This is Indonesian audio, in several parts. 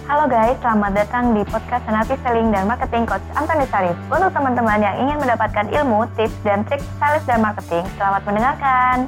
Halo guys, selamat datang di podcast Senapi Selling dan Marketing Coach Antoni Sarif. Untuk teman-teman yang ingin mendapatkan ilmu, tips, dan trik sales dan marketing, selamat mendengarkan.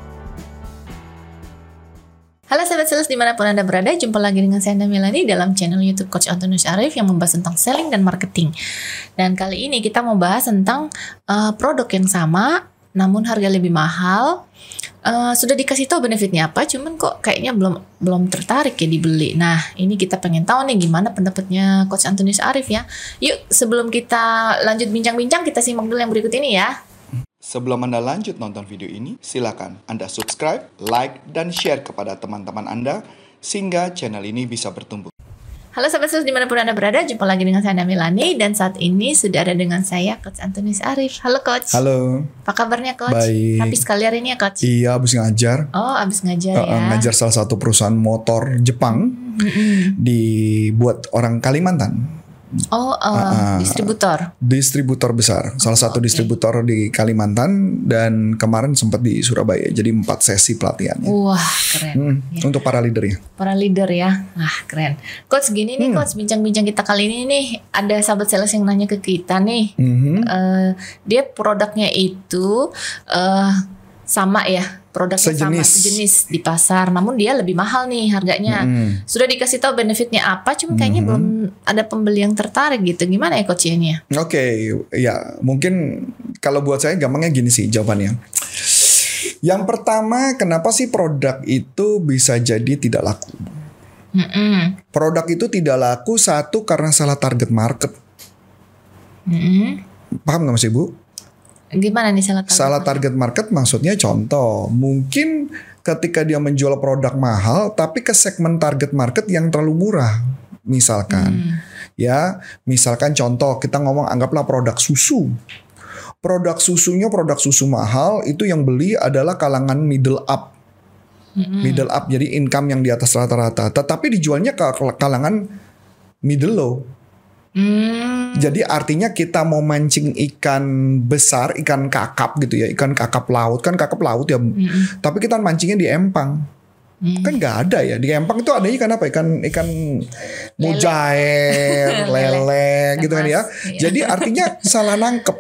Halo sahabat sales dimanapun Anda berada, jumpa lagi dengan saya Milani dalam channel YouTube Coach Antoni Sarif yang membahas tentang selling dan marketing. Dan kali ini kita mau bahas tentang produk yang sama, namun harga lebih mahal. Sudah dikasih tahu benefitnya apa, cuman kok kayaknya belum tertarik ya dibeli. Nah, ini kita pengen tahu nih gimana pendapatnya Coach Antoni Sarif ya. Yuk, sebelum kita lanjut bincang-bincang, kita simak dulu yang berikut ini ya. Sebelum Anda lanjut nonton video ini, silakan Anda subscribe, like, dan share kepada teman-teman Anda sehingga channel ini bisa bertumbuh. Halo sahabat sales dimanapun Anda berada, jumpa lagi dengan saya Milani dan saat ini sudah ada dengan saya Coach Antoni Sarif. Halo Coach. Halo. Apa kabarnya Coach? Baik. Habis kali hari ini ya Coach? Iya, habis ngajar. Oh, habis ngajar ya. Ngajar salah satu perusahaan motor Jepang dibuat orang Kalimantan. Oh, distributor besar, salah satu distributor di Kalimantan, dan kemarin sempat di Surabaya. Jadi 4 sesi pelatihannya. Wah, keren. Ya. Untuk para leadernya. Para leader ya, Keren. Coach, gini nih Coach, bincang-bincang kita kali ini nih, ada sahabat sales yang nanya ke kita nih, dia produknya itu sama ya. Produknya sejenis di pasar, namun dia lebih mahal nih harganya. Sudah dikasih tahu benefitnya apa, cuma kayaknya belum ada pembeli yang tertarik gitu. Gimana ya Coach ini? Oke, ya mungkin kalau buat saya gampangnya gini sih jawabannya. Yang pertama, kenapa sih produk itu bisa jadi tidak laku? Produk itu tidak laku satu karena salah target market. Paham nggak Mas Ibu? Gimana nih salah target market? Maksudnya contoh, mungkin ketika dia menjual produk mahal tapi ke segmen target market yang terlalu murah. Misalkan misalkan contoh kita ngomong anggaplah produk susu. Produk susu mahal itu yang beli adalah kalangan middle up. Middle up, jadi income yang di atas rata-rata, tetapi dijualnya ke kalangan middle low. Jadi artinya kita mau mancing ikan besar, ikan kakap gitu ya, ikan kakap laut kan kakap laut ya, tapi kita mancingnya di empang, kan nggak ada ya di empang itu adanya ikan apa, ikan mujair, lele gitu kan ya. Jadi artinya salah nangkep,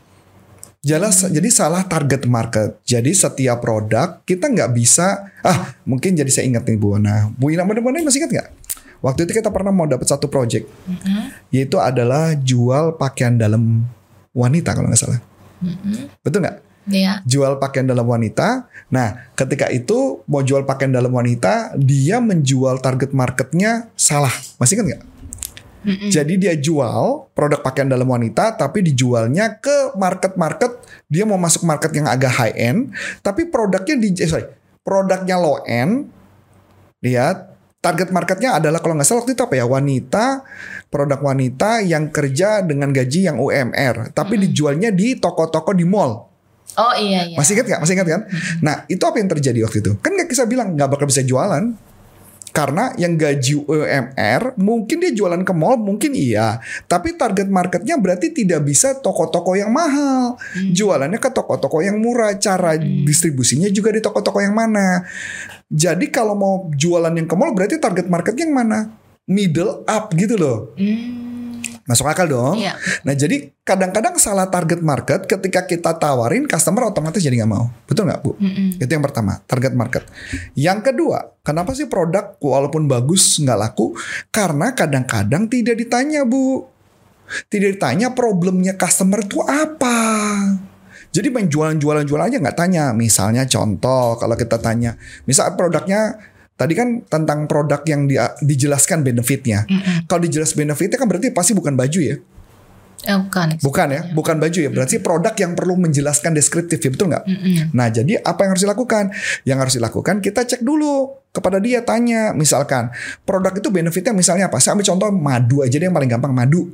jadi salah target market. Jadi setiap produk kita nggak bisa mungkin jadi saya ingat nih Bu Ina masih ingat nggak? Waktu itu kita pernah mau dapat satu project, yaitu adalah jual pakaian dalam wanita kalau nggak salah. Betul nggak? Iya. Jual pakaian dalam wanita. Nah, ketika itu mau jual pakaian dalam wanita, dia menjual target marketnya salah. Masih ingat nggak? Jadi dia jual produk pakaian dalam wanita, tapi dijualnya ke market dia mau masuk market yang agak high end, tapi produknya produknya low end. Lihat. Target marketnya adalah kalau nggak salah waktu itu apa ya, wanita, produk wanita yang kerja dengan gaji yang UMR, tapi dijualnya di toko-toko di mall. Oh iya. Masih ingat kan? Nah itu apa yang terjadi waktu itu? Kan nggak bisa bilang nggak bakal bisa jualan, karena yang gaji UMR mungkin dia jualan ke mall, mungkin iya, tapi target marketnya berarti tidak bisa toko-toko yang mahal, jualannya ke toko-toko yang murah, cara distribusinya juga di toko-toko yang mana. Jadi kalau mau jualan yang ke mall berarti target marketnya yang mana? Middle up gitu loh. Masuk akal dong. Iya. Nah jadi kadang-kadang salah target market ketika kita tawarin, customer otomatis jadi gak mau. Betul gak Bu? Itu yang pertama, target market. Yang kedua, kenapa sih produk walaupun bagus gak laku? Karena kadang-kadang tidak ditanya Bu. Tidak ditanya problemnya customer itu apa. Jadi main jualan aja nggak tanya. Misalnya contoh kalau kita tanya, misal produknya tadi kan tentang produk yang dijelaskan benefitnya. Kalau dijelas benefitnya kan berarti pasti bukan baju ya. Bukan baju ya. Berarti produk yang perlu menjelaskan deskriptif ya, betul nggak? Nah jadi apa yang harus dilakukan? Yang harus dilakukan kita cek dulu kepada dia, tanya. Misalkan produk itu benefitnya misalnya apa? Saya ambil contoh madu aja deh yang paling gampang, madu.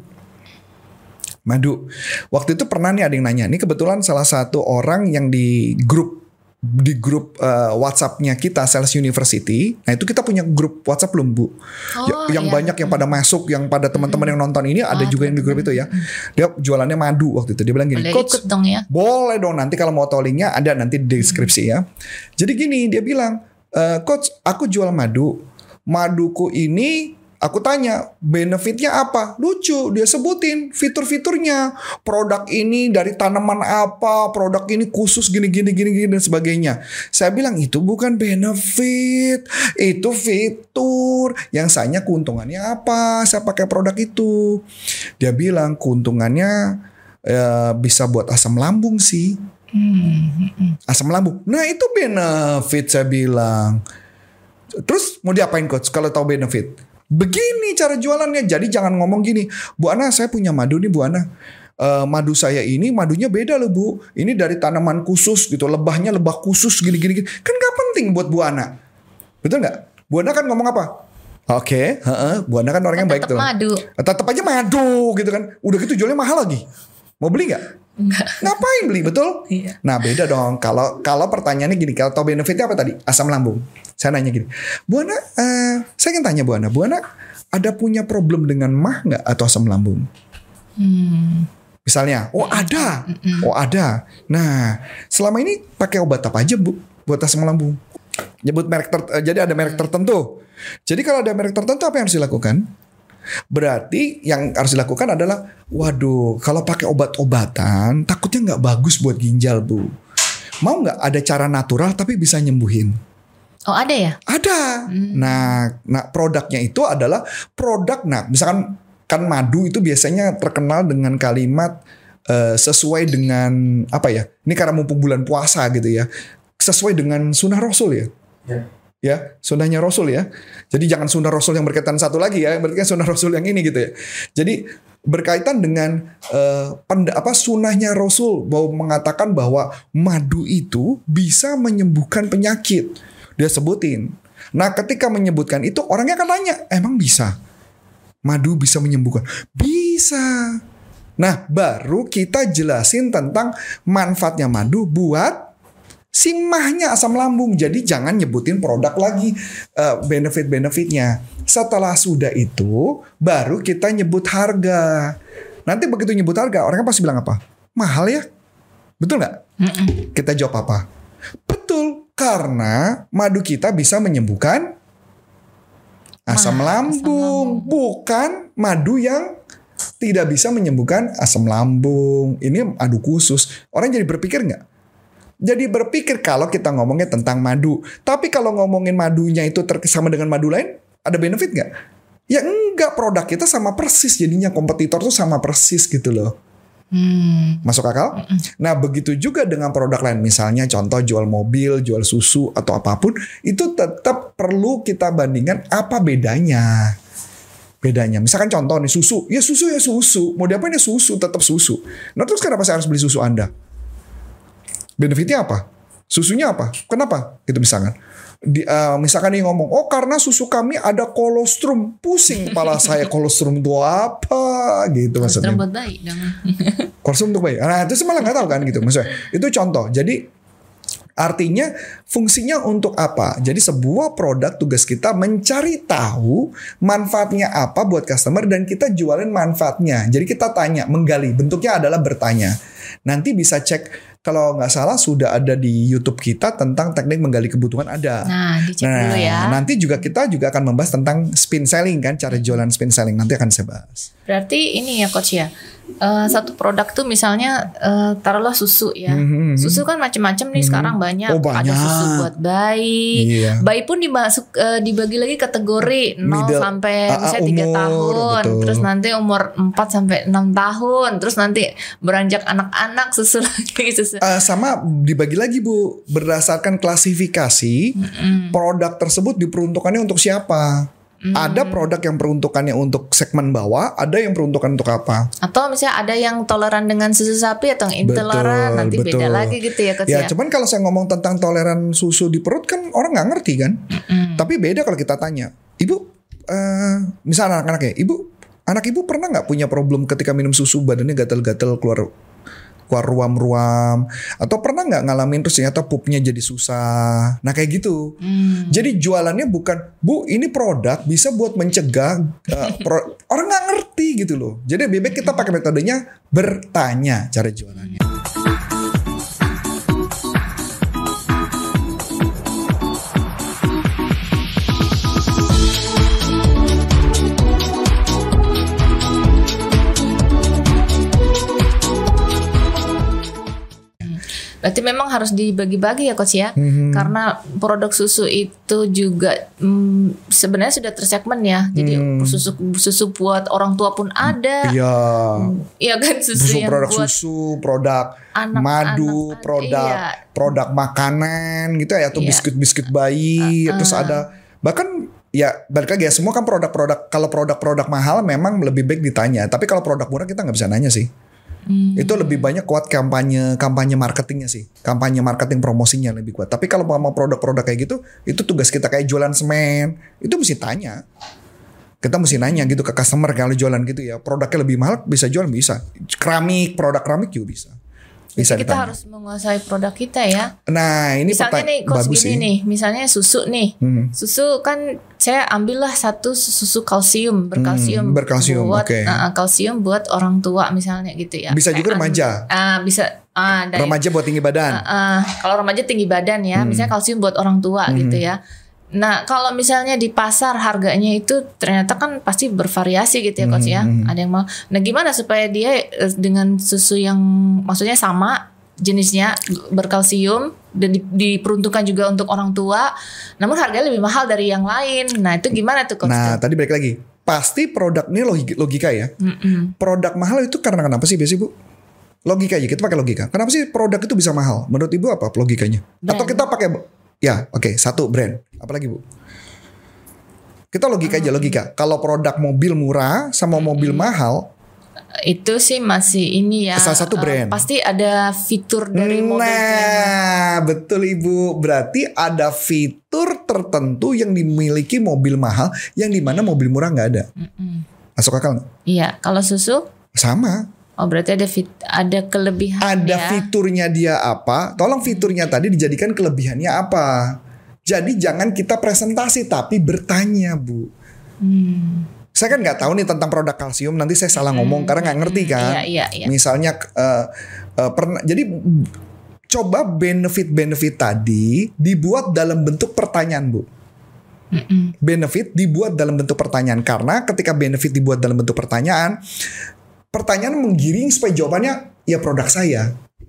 Waktu itu pernah nih ada yang nanya. Ini kebetulan salah satu orang yang di grup WhatsApp-nya kita Sales University. Nah itu kita punya grup WhatsApp belum Bu? Yang banyak yang pada masuk, yang pada teman-teman yang nonton ini ada juga yang di grup itu ya. Dia jualannya madu waktu itu. Dia bilang gini, Coach, ikut dong ya. Boleh dong, nanti kalau mau tahu linknya ada nanti di deskripsi ya. Jadi gini, dia bilang, Coach, aku jual madu. Maduku ini Aku tanya, benefitnya apa? Lucu, dia sebutin fitur-fiturnya. Produk ini dari tanaman apa, produk ini khusus gini dan sebagainya. Saya bilang itu bukan benefit, itu fitur. Yang saya keuntungannya apa? Saya pakai produk itu. Dia bilang keuntungannya bisa buat asam lambung sih. Asam lambung. Nah itu benefit saya bilang. Terus mau diapain coach kalau tahu benefit? Begini cara jualannya. Jadi jangan ngomong gini, Bu Ana saya punya madu nih Bu Ana. Madu saya ini madunya beda loh Bu. Ini dari tanaman khusus gitu. Lebahnya lebah khusus gini. Kan gak penting buat Bu Ana. Betul gak? Bu Ana kan ngomong apa? Oke, Bu Ana kan orang yang baik tuh. Tetap aja madu gitu kan. Udah gitu jualnya mahal lagi. Mau beli gak? Enggak. Ngapain beli, betul? Iya. Nah beda dong. Kalau pertanyaannya gini, kalau tahu benefitnya apa tadi? Asam lambung. Saya nanya gini, Bu Ana, saya ingin tanya Bu Ana ada punya problem dengan mah nggak atau asam lambung? Misalnya, oh ada. Nah, selama ini pakai obat apa aja Bu buat asam lambung? Nyebut merek jadi ada merek tertentu. Jadi kalau ada merek tertentu apa yang harus dilakukan? Berarti yang harus dilakukan adalah, waduh, kalau pakai obat-obatan takutnya nggak bagus buat ginjal Bu. Mau nggak ada cara natural tapi bisa nyembuhin? Oh ada ya? Ada. Nah produknya itu adalah produk. Nah misalkan kan madu itu biasanya terkenal dengan kalimat sesuai dengan apa ya? Ini karena mumpung bulan puasa gitu ya. Sesuai dengan sunnah Rasul ya. Ya, sunnahnya Rasul ya. Jadi jangan sunnah Rasul yang berkaitan satu lagi ya. Berarti kan sunnah Rasul yang ini gitu ya. Jadi berkaitan dengan sunnahnya Rasul bahwa mengatakan bahwa madu itu bisa menyembuhkan penyakit. Dia sebutin. Nah ketika menyebutkan itu orangnya akan tanya, emang bisa? Madu bisa menyembuhkan? Bisa. Nah baru kita jelasin tentang manfaatnya madu buat si mahnya asam lambung. Jadi jangan nyebutin produk lagi, benefit-benefitnya. Setelah sudah itu baru kita nyebut harga. Nanti begitu nyebut harga orangnya pasti bilang apa? Mahal ya? Betul gak? Kita jawab apa? Betul. Karena madu kita bisa menyembuhkan asam lambung. Bukan madu yang tidak bisa menyembuhkan asam lambung. Ini madu khusus. Orang jadi berpikir nggak? Jadi berpikir kalau kita ngomongnya tentang madu. Tapi kalau ngomongin madunya itu sama dengan madu lain, ada benefit nggak? Ya enggak, produk kita sama persis. Jadinya kompetitor tuh sama persis gitu loh. Masuk akal? Nah begitu juga dengan produk lain. Misalnya contoh jual mobil, jual susu atau apapun. Itu tetap perlu kita bandingkan apa bedanya. Misalkan contoh nih susu. Ya susu. Mau diapain ya susu, tetap susu. Nah terus kenapa saya harus beli susu Anda? Benefitnya apa? Susunya apa? Kenapa? Gitu misalkan. Misalkan dia ngomong, oh karena susu kami ada kolostrum. Pusing kepala saya, kolostrum itu apa? Gitu maksudnya. Kolostrum buat bayi dong. Kolostrum untuk bayi. Nah itu malah nggak tahu kan gitu. Maksudnya itu contoh. Jadi artinya fungsinya untuk apa? Jadi sebuah produk tugas kita mencari tahu manfaatnya apa buat customer dan kita jualin manfaatnya. Jadi kita tanya, menggali. Bentuknya adalah bertanya. Nanti bisa cek. Kalau nggak salah sudah ada di YouTube kita tentang teknik menggali kebutuhan ada. Nah, dicek dulu ya. Nanti kita juga akan membahas tentang spin selling kan, cara jualan spin selling. Nanti akan saya bahas. Berarti ini ya coach ya. Satu produk tuh misalnya taruhlah susu ya. Susu kan macam-macam nih sekarang banyak. Ada susu buat bayi. Iya. Bayi pun dibagi lagi kategori 0 sampai misalnya 3 tahun. Betul. Terus nanti umur 4 sampai 6 tahun. Terus nanti beranjak anak-anak susu lagi susu. Sama dibagi lagi Bu, berdasarkan klasifikasi produk tersebut diperuntukannya untuk siapa. Ada produk yang peruntukannya untuk segmen bawah, ada yang peruntukan untuk apa? Atau misalnya ada yang toleran dengan susu sapi atau yang intoleran, nanti beda lagi gitu ya coach ya. Cuman kalau saya ngomong tentang toleran susu di perut kan orang nggak ngerti kan. Tapi beda kalau kita tanya, Ibu, misalnya anak-anaknya, anak ibu pernah nggak punya problem ketika minum susu badannya gatal-gatal keluar ruam-ruam, atau pernah nggak ngalamin terus ternyata pupnya jadi susah. Nah kayak gitu. Jadi jualannya bukan, Bu ini produk bisa buat mencegah orang nggak ngerti gitu loh. Jadi bebek kita pakai metodenya bertanya cara jualannya. Berarti memang harus dibagi-bagi ya Coach ya. Karena produk susu itu juga sebenarnya sudah tersegmen ya. Jadi susu buat orang tua pun ada. Iya. Iya kan, susu yang produk buat susu, produk madu, iya. produk makanan gitu ya, atau Iya. biskuit-biskuit bayi, terus ada bahkan ya balik lagi ya, semua kan produk-produk. Kalau produk-produk mahal memang lebih baik ditanya. Tapi kalau produk murah kita nggak bisa nanya sih. Itu lebih banyak kuat kampanye marketingnya sih, kampanye marketing promosinya lebih kuat. Tapi kalau mau produk-produk kayak gitu, itu tugas kita kayak jualan semen, itu mesti tanya. Kita mesti nanya gitu ke customer kalau jualan gitu ya, produknya lebih mahal bisa jual, bisa. Produk keramik juga bisa. Bisa kita ditanya. harus menguasai produk kita ya. Nah ini Misalnya nih Coach bagus gini sih. nih, misalnya susu nih. Susu kan saya ambillah satu susu kalsium, berkalsium. berkalsium, buat, oke. kalsium buat orang tua misalnya gitu ya. Bisa juga remaja. Bisa. Dari, Remaja buat tinggi badan. kalau remaja tinggi badan ya, misalnya kalsium buat orang tua gitu ya. Nah kalau misalnya di pasar harganya itu ternyata kan pasti bervariasi gitu ya Coach ya. Ada yang mau. Nah gimana supaya dia dengan susu yang maksudnya sama jenisnya berkalsium dan diperuntukkan juga untuk orang tua, namun harganya lebih mahal dari yang lain. Nah itu gimana tuh Coach? Nah tadi balik lagi, pasti produk ini logika ya. Produk mahal itu karena kenapa sih biasanya Bu? Logika aja, kita pakai logika. Kenapa sih produk itu bisa mahal? Menurut Ibu apa logikanya? Brand. Atau kita pakai ya oke, satu brand. Apalagi Bu? Kita logika aja, logika. Kalau produk mobil murah sama mobil mahal, itu sih masih ini ya. Salah satu brand. Pasti ada fitur dari mobil. Nah, betul Ibu. Berarti ada fitur tertentu yang dimiliki mobil mahal yang dimana mobil murah nggak ada. Masuk akal nggak? Iya, kalau susu Sama. oh berarti ada kelebihan Ada ya. fiturnya dia apa? Tolong fiturnya tadi dijadikan kelebihannya apa? Jadi jangan kita presentasi tapi bertanya Bu. Saya kan nggak tahu nih tentang produk kalsium. Nanti saya salah ngomong karena nggak ngerti kan. Iya. Misalnya jadi coba benefit tadi dibuat dalam bentuk pertanyaan Bu. Benefit dibuat dalam bentuk pertanyaan, karena ketika benefit dibuat dalam bentuk pertanyaan menggiring supaya jawabannya ya produk saya.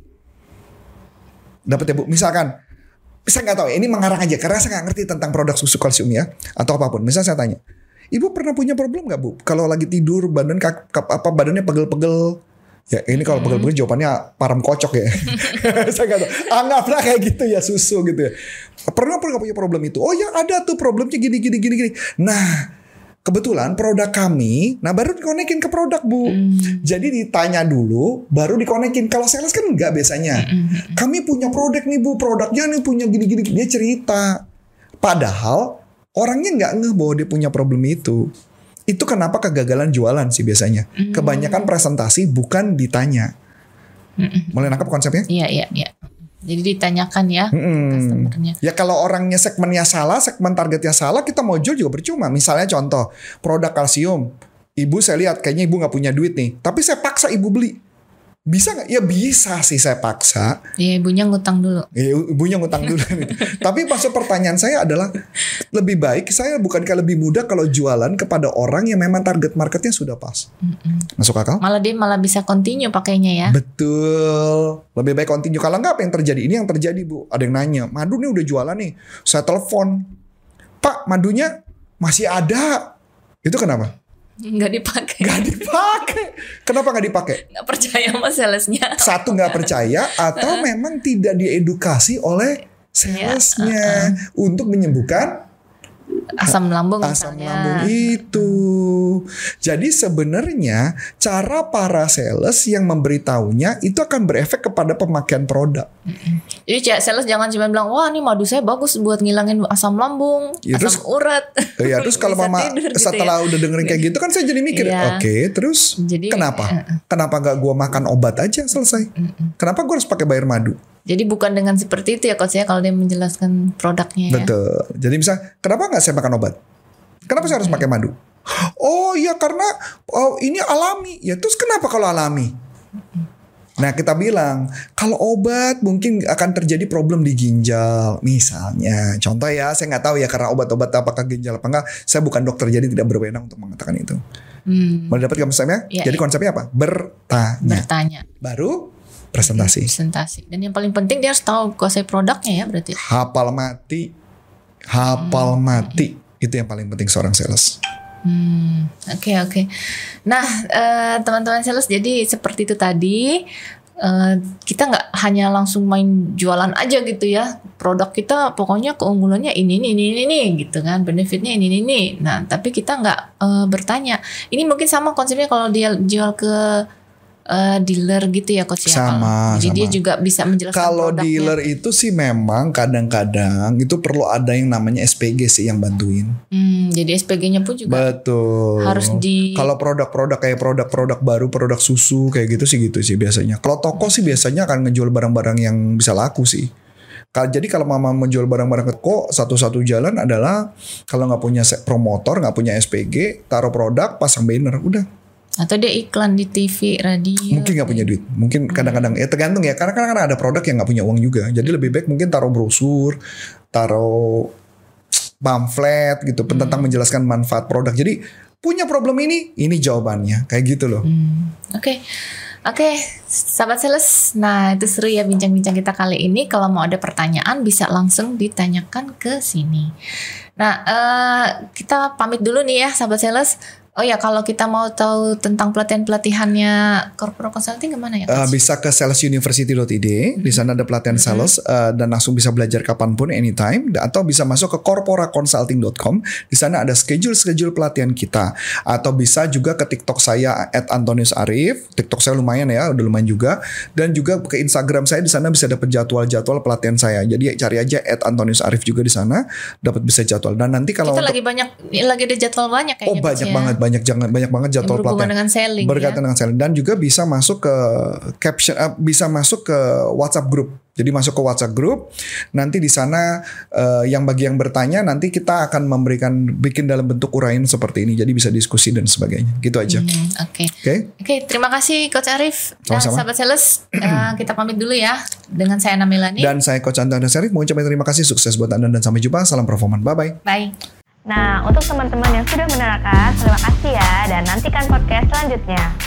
Dapat ya Bu? Misalkan saya nggak tahu, ini mengarang aja karena saya nggak ngerti tentang produk susu kalsium ya atau apapun. Misalnya saya tanya, Ibu pernah punya problem nggak Bu? Kalau lagi tidur badannya pegel-pegel. Ya ini kalau pegel-pegel jawabannya param kocok ya. Saya nggak tahu. Anggaplah kayak gitu ya, susu gitu ya. Pernah nggak punya problem itu? Oh ya ada tuh problemnya gini. Nah kebetulan produk kami, nah baru dikonekin ke produk Bu. Jadi ditanya dulu, baru dikonekin. Kalau sales kan enggak biasanya. Kami punya produk nih Bu, produknya nih punya gini-gini. Dia cerita. Padahal orangnya nggak ngeh bahwa dia punya problem itu. Itu kenapa kegagalan jualan sih biasanya. Kebanyakan presentasi bukan ditanya. Mulai nangkap konsepnya? Iya. Jadi ditanyakan ya customernya. Ya kalau orangnya segmennya salah, segmen targetnya salah, kita mau jual juga percuma. Misalnya contoh, produk kalsium. Ibu saya lihat kayaknya ibu gak punya duit nih. Tapi saya paksa ibu beli. Bisa gak? Ya bisa sih saya paksa. Iya ibunya ngutang dulu. Ya, ibunya ngutang dulu. Tapi maksud pertanyaan saya adalah, lebih baik saya bukankah lebih mudah kalau jualan kepada orang yang memang target marketnya sudah pas. Masuk akal? Malah dia bisa continue pakainya ya. Betul. Lebih baik continue. Kalau enggak apa yang terjadi? Ini yang terjadi Bu. Ada yang nanya, madu nih udah jualan nih. Saya telepon, Pak madunya masih ada. Itu kenapa? Nggak dipakai. Nggak dipakai. Kenapa nggak dipakai? Nggak percaya sama salesnya. Satu nggak percaya atau memang tidak diedukasi oleh salesnya untuk menyembuhkan Asam lambung asam misalnya. lambung itu. Jadi sebenarnya cara para sales yang memberitahunya itu akan berefek kepada pemakaian produk. Jadi sales jangan cuma bilang, wah ini madu saya bagus buat ngilangin asam lambung, Ya, asam terus- urat. Ya terus kalau Bisa mama tidur gitu setelah ya. udah dengerin kayak gitu kan saya jadi mikir, Iya. oke, terus Jadi, kenapa? Kenapa nggak gua makan obat aja selesai? Kenapa gua harus pakai bayar madu? Jadi bukan dengan seperti itu ya Coach ya kalau dia menjelaskan produknya ya. Betul. Jadi misalnya, kenapa nggak saya makan obat? Kenapa saya harus pakai madu? Oh iya karena ini alami. Ya terus kenapa kalau alami? Nah kita bilang kalau obat mungkin akan terjadi problem di ginjal misalnya. Contoh ya, saya nggak tahu ya karena obat-obat apakah ginjal apa enggak. Saya bukan dokter jadi tidak berwenang untuk mengatakan itu. Mau dapat konsepnya? Iya, Jadi iya. konsepnya apa? Bertanya. Bertanya. Baru presentasi. Dan yang paling penting dia harus tahu kuasai produknya ya berarti. Hafal mati. Itu yang paling penting seorang sales. Oke. Nah, teman-teman sales, jadi seperti itu tadi. Kita nggak hanya langsung main jualan aja gitu ya. Produk kita pokoknya keunggulannya ini gitu kan, benefitnya ini. Nah, tapi kita nggak bertanya. Ini mungkin sama konsepnya kalau dia jual ke dealer gitu ya coach ya. Jadi dia juga bisa menjelaskan kalau produknya. Dealer itu sih memang kadang-kadang itu perlu ada yang namanya SPG sih yang bantuin. Jadi SPG-nya pun juga betul harus kalau produk-produk kayak produk-produk baru, produk susu kayak gitu sih biasanya. Kalau toko sih biasanya akan ngejual barang-barang yang bisa laku sih. Jadi kalau mama menjual barang-barang ke toko, satu-satu jalan adalah kalau nggak punya promotor, nggak punya SPG, taruh produk, pasang banner, udah. Atau dia iklan di TV, radio. Mungkin nggak punya duit. Mungkin kadang-kadang ya tergantung ya. Karena kadang-kadang ada produk yang nggak punya uang juga. Jadi lebih baik mungkin taruh brosur, taruh pamflet gitu tentang menjelaskan manfaat produk. Jadi punya problem ini jawabannya. Kayak gitu loh. Oke, sahabat sales. Nah, itu seru ya bincang-bincang kita kali ini. Kalau mau ada pertanyaan bisa langsung ditanyakan ke sini. Nah, kita pamit dulu nih ya sahabat sales. Oh ya, kalau kita mau tahu tentang pelatihan-pelatihannya corporate consulting kemana ya? Bisa ke salesuniversity.id. Di sana ada pelatihan sales dan langsung bisa belajar kapanpun, anytime. Atau bisa masuk ke corporaconsulting.com. Di sana ada schedule pelatihan kita. Atau bisa juga ke TikTok saya @antoniusarif. TikTok saya lumayan ya, udah lumayan juga. Dan juga ke Instagram saya, di sana bisa dapat jadwal-jadwal pelatihan saya. Jadi cari aja @antoniusarif juga di sana, dapat bisa jadwal. Dan nanti kalau kita lagi ada jadwal banyak kayaknya. Banyak banget jadwal pelatihan dengan selling, berkaitan dengan selling. Dan juga bisa masuk ke bisa masuk ke WhatsApp group. Jadi masuk ke WhatsApp group, nanti di sana yang bagi yang bertanya nanti kita akan bikin dalam bentuk uraian seperti ini. Jadi bisa diskusi dan sebagainya. Gitu aja. Oke, terima kasih Coach Arif. Nah, sama-sama. sahabat sales, kita pamit dulu ya. Dengan saya Ana Melani. Dan saya Coach Antonius Arif. Mengucapkan terima kasih, sukses buat Anda dan sampai jumpa. Salam performan. Bye. Nah, untuk teman-teman yang sudah menerangkan, terima kasih ya, dan nantikan podcast selanjutnya.